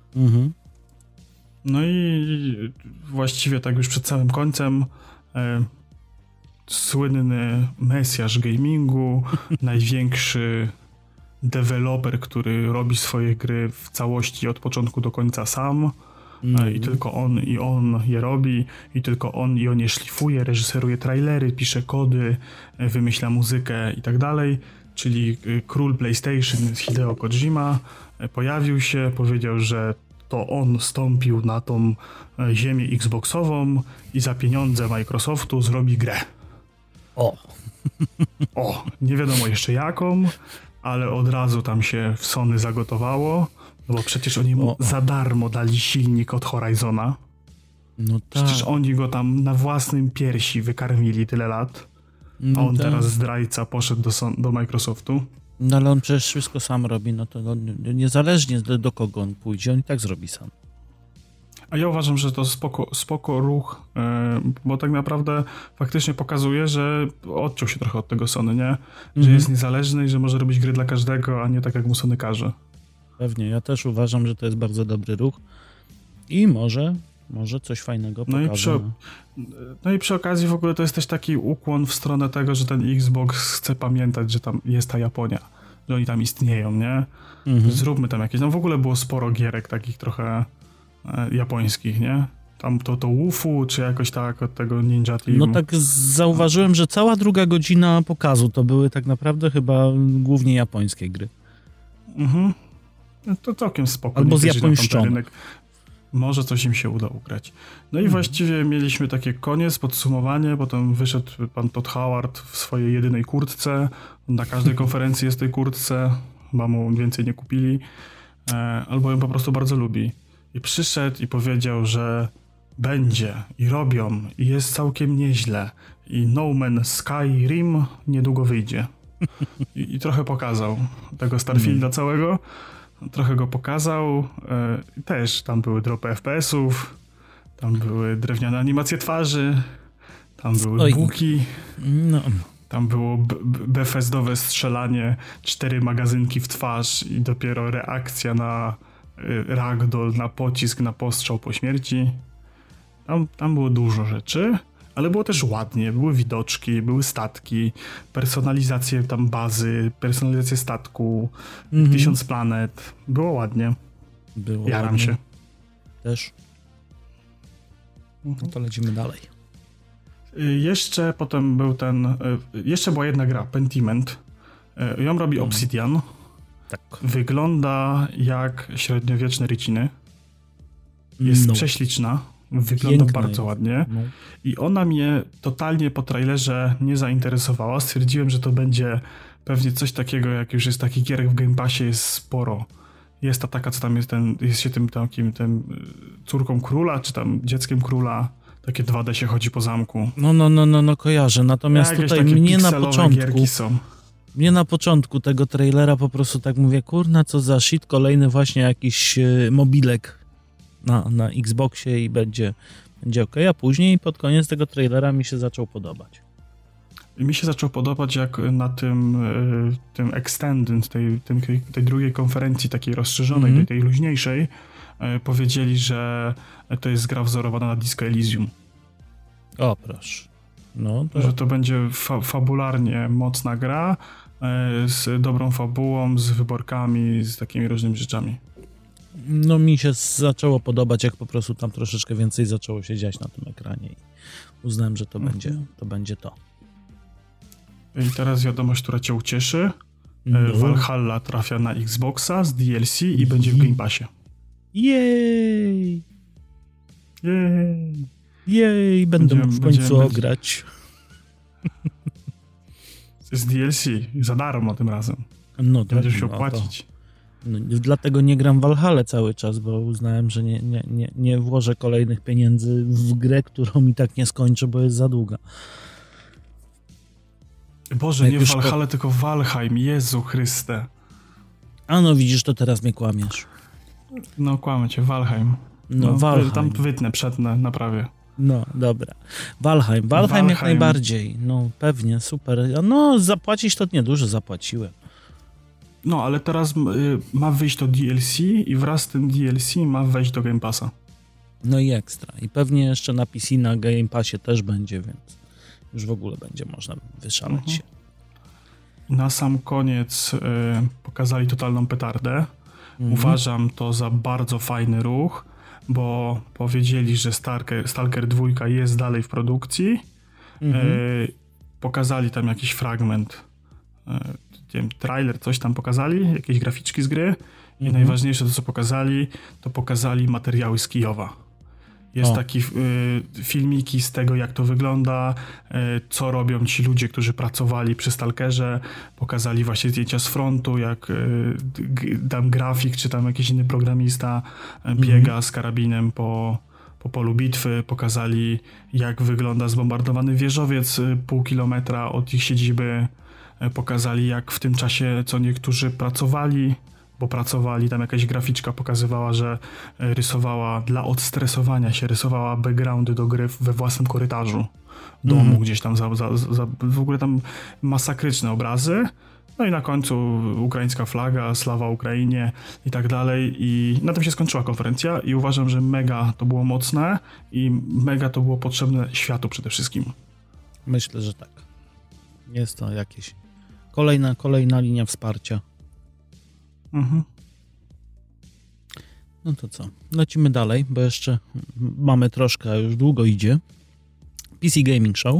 C: No i właściwie tak już przed samym końcem słynny mesjasz gamingu, największy deweloper, który robi swoje gry w całości od początku do końca sam i tylko on je robi i tylko on je szlifuje, reżyseruje trailery, pisze kody, wymyśla muzykę i tak dalej, czyli król PlayStation Hideo Kojima pojawił się, powiedział, że to on stąpił na tą ziemię Xboxową i za pieniądze Microsoftu zrobi grę. Nie wiadomo jeszcze jaką, ale od razu tam się w Sony zagotowało, no bo przecież oni mu za darmo dali silnik od Horizona.
B: No tak.
C: Przecież oni go tam na własnym piersi wykarmili tyle lat, a on teraz zdrajca poszedł do Microsoftu.
B: No ale on przecież wszystko sam robi, no to niezależnie do kogo on pójdzie, on i tak zrobi sam.
C: A ja uważam, że to spoko ruch, bo tak naprawdę faktycznie pokazuje, że odciął się trochę od tego Sony, nie? Że jest niezależny i że może robić gry dla każdego, a nie tak jak mu Sony każe.
B: Pewnie, ja też uważam, że to jest bardzo dobry ruch i może coś fajnego pokaże.
C: No i przy okazji w ogóle to jest też taki ukłon w stronę tego, że ten Xbox chce pamiętać, że tam jest ta Japonia, że oni tam istnieją, nie? Zróbmy tam jakieś, w ogóle było sporo gierek takich trochę japońskich, nie? Tam to UFU, czy jakoś tak od tego Ninja Teamu.
B: No tak zauważyłem, że cała druga godzina pokazu to były tak naprawdę chyba głównie japońskie gry.
C: No to całkiem spoko.
B: Albo zjapońszczone.
C: Może coś im się uda ugrać. No i właściwie mieliśmy takie koniec, podsumowanie, potem wyszedł pan Todd Howard w swojej jedynej kurtce. Na każdej konferencji jest w tej kurtce, chyba mu więcej nie kupili, albo ją po prostu bardzo lubi. I przyszedł i powiedział, że będzie i robią i jest całkiem nieźle i No Man's Skyrim niedługo wyjdzie. I trochę pokazał tego Starfielda całego. Trochę go pokazał. Też tam były dropy FPS-ów, tam były drewniane animacje twarzy, tam były buki, tam było Bethesdowe strzelanie, 4 magazynki w twarz i dopiero reakcja na ragdoll, na pocisk, na postrzał po śmierci. Tam było dużo rzeczy, ale było też ładnie, były widoczki, były statki, personalizacje tam bazy, personalizacje statku, 1000 planet, było ładnie. Jaram się.
B: Też. No to lecimy dalej.
C: Jeszcze potem był jeszcze była jedna gra, Pentiment. Ją robi Obsidian.
B: Tak.
C: Wygląda jak średniowieczne ryciny. Jest prześliczna. Wygląda
B: Piękna
C: bardzo
B: jest.
C: ładnie.
B: No.
C: I ona mnie totalnie po trailerze nie zainteresowała. Stwierdziłem, że to będzie pewnie coś takiego, jak już jest takich gier w Game Passie jest sporo. Jest ta taka, co tam jest się tym córką króla, czy tam dzieckiem króla. Takie 2D się chodzi po zamku.
B: No, kojarzę. Natomiast
C: Jakieś
B: tutaj
C: takie
B: mnie na
C: pikselowe
B: początku...
C: gierki są.
B: Mnie na początku tego trailera po prostu tak mówię, kurna, co za shit, kolejny właśnie jakiś mobilek na Xboxie i będzie okej, a później pod koniec tego trailera mi się zaczął podobać.
C: I mi się zaczął podobać, jak na tym Extended, tej drugiej konferencji, takiej rozszerzonej, tej luźniejszej, powiedzieli, że to jest gra wzorowana na Disco Elysium.
B: O, proszę. No, to...
C: Że to będzie fabularnie mocna gra, z dobrą fabułą, z wyborkami, z takimi różnymi rzeczami.
B: No mi się zaczęło podobać, jak po prostu tam troszeczkę więcej zaczęło się dziać na tym ekranie i uznałem, że to będzie to.
C: I teraz wiadomość, która cię ucieszy. Valhalla trafia na Xboxa z DLC i będzie w Game Passie.
B: Jej! Będę mógł w końcu ograć.
C: Z DLC, za darmo tym razem.
B: No
C: tak, będziesz musiał płacić.
B: No, dlatego nie gram w Valhalla cały czas, bo uznałem, że nie włożę kolejnych pieniędzy w grę, którą i tak nie skończę, bo jest za długa.
C: Boże, nie w Valhalla, tylko w Valheim. Jezu Chryste.
B: A no widzisz, to teraz mnie kłamiesz.
C: No kłamę cię, Valheim.
B: Valheim.
C: Tam wytnę, przetnę, naprawię.
B: No, dobra. Valheim jak najbardziej. No, pewnie, super. No, zapłacić to niedużo zapłaciłem.
C: No, ale teraz ma wyjść to DLC i wraz z tym DLC ma wejść do Game Passa.
B: No i ekstra. I pewnie jeszcze na PC na Game Passie też będzie, więc już w ogóle będzie można wyszaleć się.
C: Na sam koniec pokazali totalną petardę. Uważam to za bardzo fajny ruch, bo powiedzieli, że Stalker 2 jest dalej w produkcji. Pokazali tam jakiś fragment, trailer, coś tam pokazali, jakieś graficzki z gry i najważniejsze to, co pokazali materiały z Kijowa. Jest taki filmiki z tego, jak to wygląda, co robią ci ludzie, którzy pracowali przy Stalkerze. Pokazali właśnie zdjęcia z frontu, jak tam grafik, czy tam jakiś inny programista biega z karabinem po polu bitwy. Pokazali, jak wygląda zbombardowany wieżowiec pół kilometra od ich siedziby. Pokazali, jak w tym czasie, co niektórzy pracowali, tam jakaś graficzka pokazywała, że rysowała dla odstresowania się, rysowała backgroundy do gry we własnym korytarzu domu, gdzieś tam w ogóle tam masakryczne obrazy. No i na końcu ukraińska flaga, sława Ukrainie i tak dalej. I na tym się skończyła konferencja i uważam, że mega to było mocne i mega to było potrzebne światu przede wszystkim.
B: Myślę, że tak. Jest to jakieś kolejna linia wsparcia. No to co? Lecimy dalej, bo jeszcze mamy troszkę, już długo idzie. PC Gaming Show.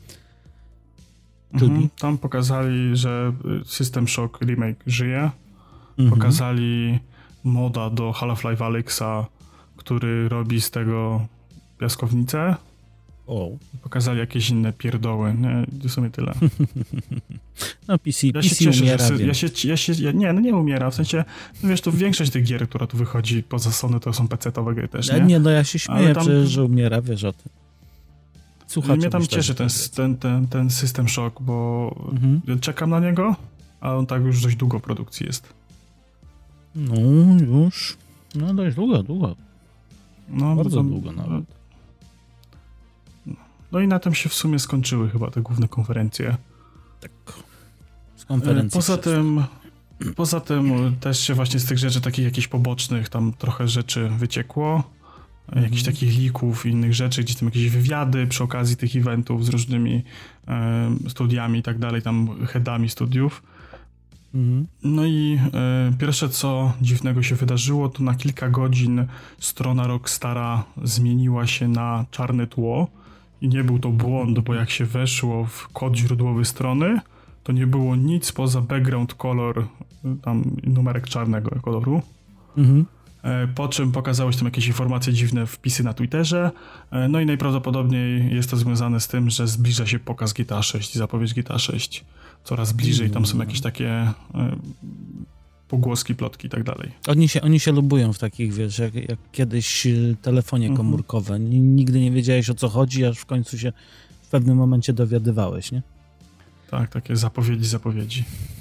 C: Tam pokazali, że System Shock Remake żyje. Pokazali moda do Half-Life Alyxa, który robi z tego piaskownicę. Pokazali jakieś inne pierdoły. Nie, w sumie tyle.
B: No PC
C: umiera. Nie umiera. W sensie, no wiesz, to większość tych gier, która tu wychodzi poza Sony, to są PC-towe gry też, nie?
B: Nie, no ja się śmieję, przecież, że umiera, wiesz o tym. Słuchacze,
C: mnie tam cieszy ten System Shock, bo czekam na niego, a on tak już dość długo w produkcji jest.
B: No już. No dość długo. No, bardzo długo nawet.
C: No i na tym się w sumie skończyły chyba te główne konferencje.
B: Tak. Z konferencji.
C: Poza tym też się właśnie z tych rzeczy takich jakichś pobocznych tam trochę rzeczy wyciekło. Jakichś takich leaków i innych rzeczy, gdzieś tam jakieś wywiady przy okazji tych eventów z różnymi studiami i tak dalej, tam headami studiów. No i pierwsze, co dziwnego się wydarzyło, to na kilka godzin strona Rockstara zmieniła się na czarne tło i nie był to błąd, bo jak się weszło w kod źródłowy strony, to nie było nic poza background color, tam numerek czarnego koloru. Po czym pokazały się tam jakieś informacje, dziwne wpisy na Twitterze. No i najprawdopodobniej jest to związane z tym, że zbliża się pokaz GTA 6, zapowiedź GTA 6 coraz bliżej, tam są jakieś takie pogłoski, plotki i tak dalej.
B: Oni się lubują w takich, wiesz, jak kiedyś telefonie komórkowe. Nigdy nie wiedziałeś, o co chodzi, aż w końcu się w pewnym momencie dowiadywałeś, nie?
C: Tak, takie zapowiedzi.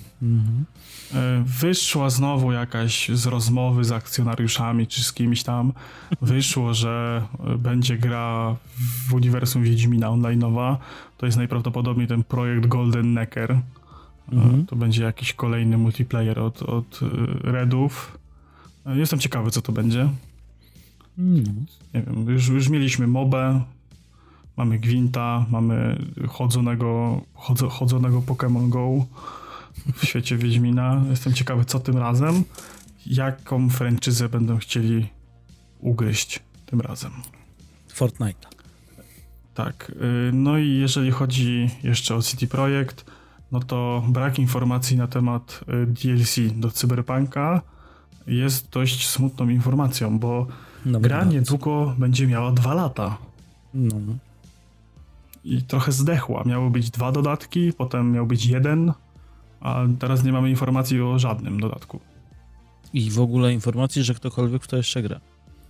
C: Wyszła znowu jakaś z rozmowy z akcjonariuszami czy z kimś tam. Wyszło, że będzie gra w uniwersum Wiedźmina online'owa. To jest najprawdopodobniej ten projekt Golden Necker. To będzie jakiś kolejny multiplayer od Redów. Jestem ciekawy, co to będzie. Nie wiem, już mieliśmy Mobę, mamy Gwinta, mamy chodzonego Pokémon Go w świecie Wiedźmina. Jestem ciekawy, co tym razem, jaką franczyzę będą chcieli ugryźć tym razem.
B: Fortnite'a.
C: Tak. No i jeżeli chodzi jeszcze o CD Projekt, no to brak informacji na temat DLC do Cyberpunka jest dość smutną informacją, bo gra niedługo będzie miała 2 lata. I trochę zdechła. Miały być 2 dodatki, potem miał być 1, a teraz nie mamy informacji o żadnym dodatku.
B: I w ogóle informacji, że ktokolwiek w to jeszcze gra.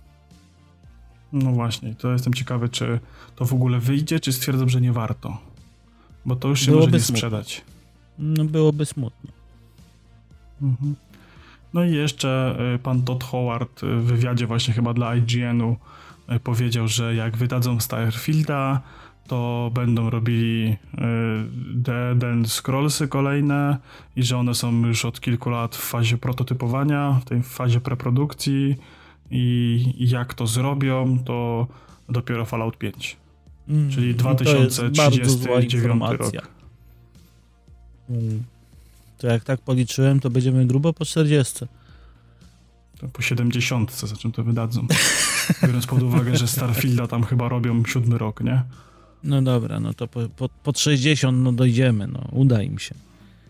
C: No właśnie, to jestem ciekawy, czy to w ogóle wyjdzie, czy stwierdzą, że nie warto. Bo to już się może nie sprzedać.
B: No byłoby smutno.
C: No i jeszcze pan Todd Howard w wywiadzie właśnie chyba dla IGN-u powiedział, że jak wydadzą Starfielda, to będą robili The Elder Scrollsy kolejne i że one są już od kilku lat w fazie prototypowania, w tej fazie preprodukcji i jak to zrobią, to dopiero Fallout 5. Czyli 2039 rok.
B: To jak tak policzyłem, to będziemy grubo po 40.
C: To po 70, za czym to wydadzą. Biorąc pod uwagę, że Starfielda tam chyba robią 7 rok, nie?
B: No dobra, no to pod 60 no dojdziemy, no uda im się.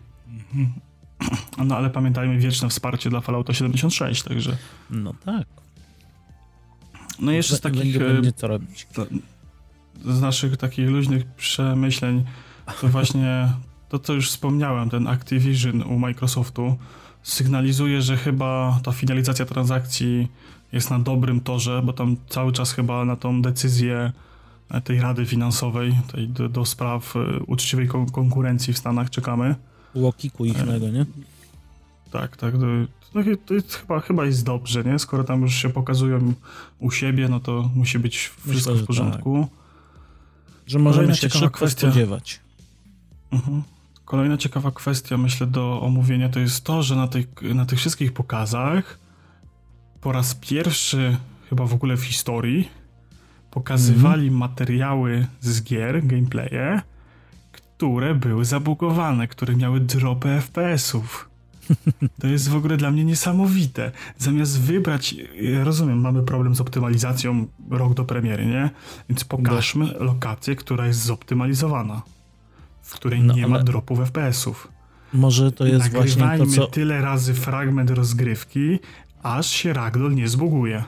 C: No ale pamiętajmy, wieczne wsparcie dla Fallouta 76, także...
B: No tak.
C: No jeszcze z takich...
B: Będzie co robić.
C: Z naszych takich luźnych przemyśleń, to właśnie to, co już wspomniałem, ten Activision u Microsoftu sygnalizuje, że chyba ta finalizacja transakcji jest na dobrym torze, bo tam cały czas chyba na tą decyzję tej rady finansowej, tej do spraw uczciwej konkurencji w Stanach czekamy.
B: Łokiku ichnego, nie?
C: Tak. To jest chyba jest dobrze, nie? Skoro tam już się pokazują u siebie, no to musi być wszystko w porządku.
B: Tak. Że możemy się szybko spodziewać.
C: Kolejna ciekawa kwestia, myślę, do omówienia, to jest to, że na tych wszystkich pokazach po raz pierwszy chyba w ogóle w historii pokazywali materiały z gier, gameplaye, które były zabugowane, które miały dropy FPS-ów. To jest w ogóle dla mnie niesamowite. Zamiast wybrać, ja rozumiem, mamy problem z optymalizacją rok do premiery, nie? Więc pokażmy lokację, która jest zoptymalizowana, w której nie ma dropów FPS-ów.
B: Może to jest właśnie to, co...
C: tyle razy fragment rozgrywki, aż się ragdoll nie zbuguje.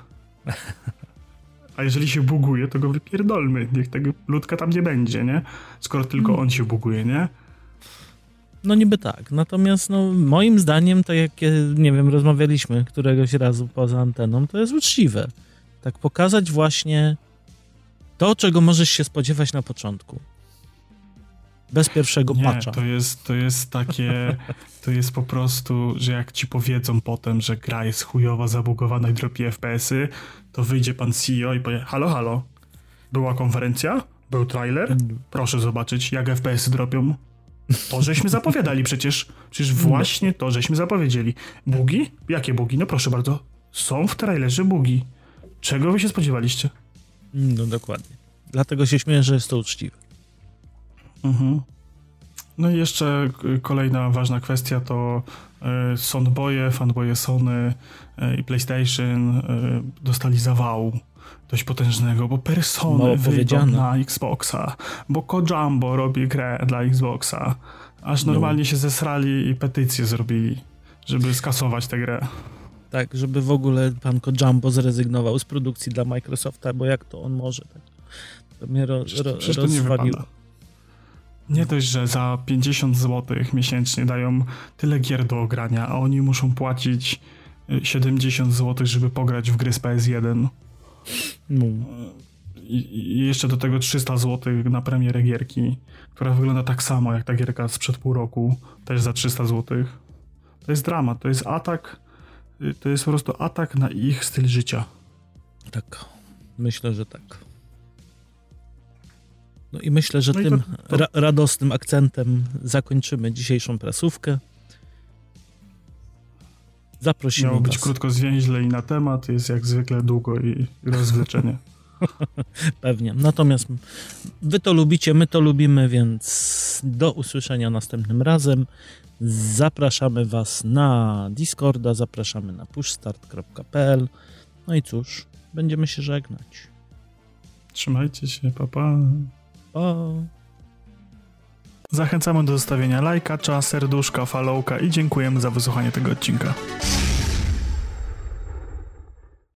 C: A jeżeli się buguje, to go wypierdolmy. Niech tego ludka tam nie będzie, nie? Skoro tylko on się buguje, nie?
B: No niby tak. Natomiast no, moim zdaniem, tak jak, nie wiem, rozmawialiśmy któregoś razu poza anteną, to jest uczciwe. Tak pokazać właśnie to, czego możesz się spodziewać na początku. Bez pierwszego patcha.
C: To jest takie... To jest po prostu, że jak ci powiedzą potem, że gra jest chujowa, zabugowana i dropi FPS-y, to wyjdzie pan CEO i powie: halo, była konferencja? Był trailer? Proszę zobaczyć, jak FPS-y dropią. To żeśmy zapowiadali przecież. Przecież właśnie to żeśmy zapowiedzieli. Bugi? Jakie bugi? No proszę bardzo. Są w trailerze bugi. Czego wy się spodziewaliście?
B: No dokładnie. Dlatego się śmieję, że jest to uczciwe.
C: No i jeszcze kolejna ważna kwestia to fanboye Sony i PlayStation dostali zawału dość potężnego, bo Persony wyjdą na Xboxa, bo Kojambo robi grę dla Xboxa. Aż normalnie się zesrali i petycję zrobili, żeby skasować tę grę.
B: Tak, żeby w ogóle pan Kojambo zrezygnował z produkcji dla Microsofta, bo jak to on może? Tak? To mnie rozwaliło.
C: Nie dość, że za 50 zł miesięcznie dają tyle gier do ogrania, a oni muszą płacić 70 zł, żeby pograć w gry z PS1. I jeszcze do tego 300 zł na premierę gierki, która wygląda tak samo jak ta gierka sprzed pół roku, też za 300 zł. To jest dramat, to jest atak, to jest po prostu atak na ich styl życia.
B: Tak, myślę, że tak. No i myślę, że tym radosnym akcentem zakończymy dzisiejszą prasówkę. Zaprosimy
C: Miało być
B: was.
C: krótko, zwięźle i na temat, jest jak zwykle długo i rozwleczenie.
B: Pewnie. Natomiast wy to lubicie, my to lubimy, więc do usłyszenia następnym razem. Zapraszamy was na Discorda, zapraszamy na pushstart.pl. No i cóż, będziemy się żegnać.
C: Trzymajcie się, pa pa.
B: Pa.
C: Zachęcamy do zostawienia lajka, serduszka, followka i dziękujemy za wysłuchanie tego odcinka.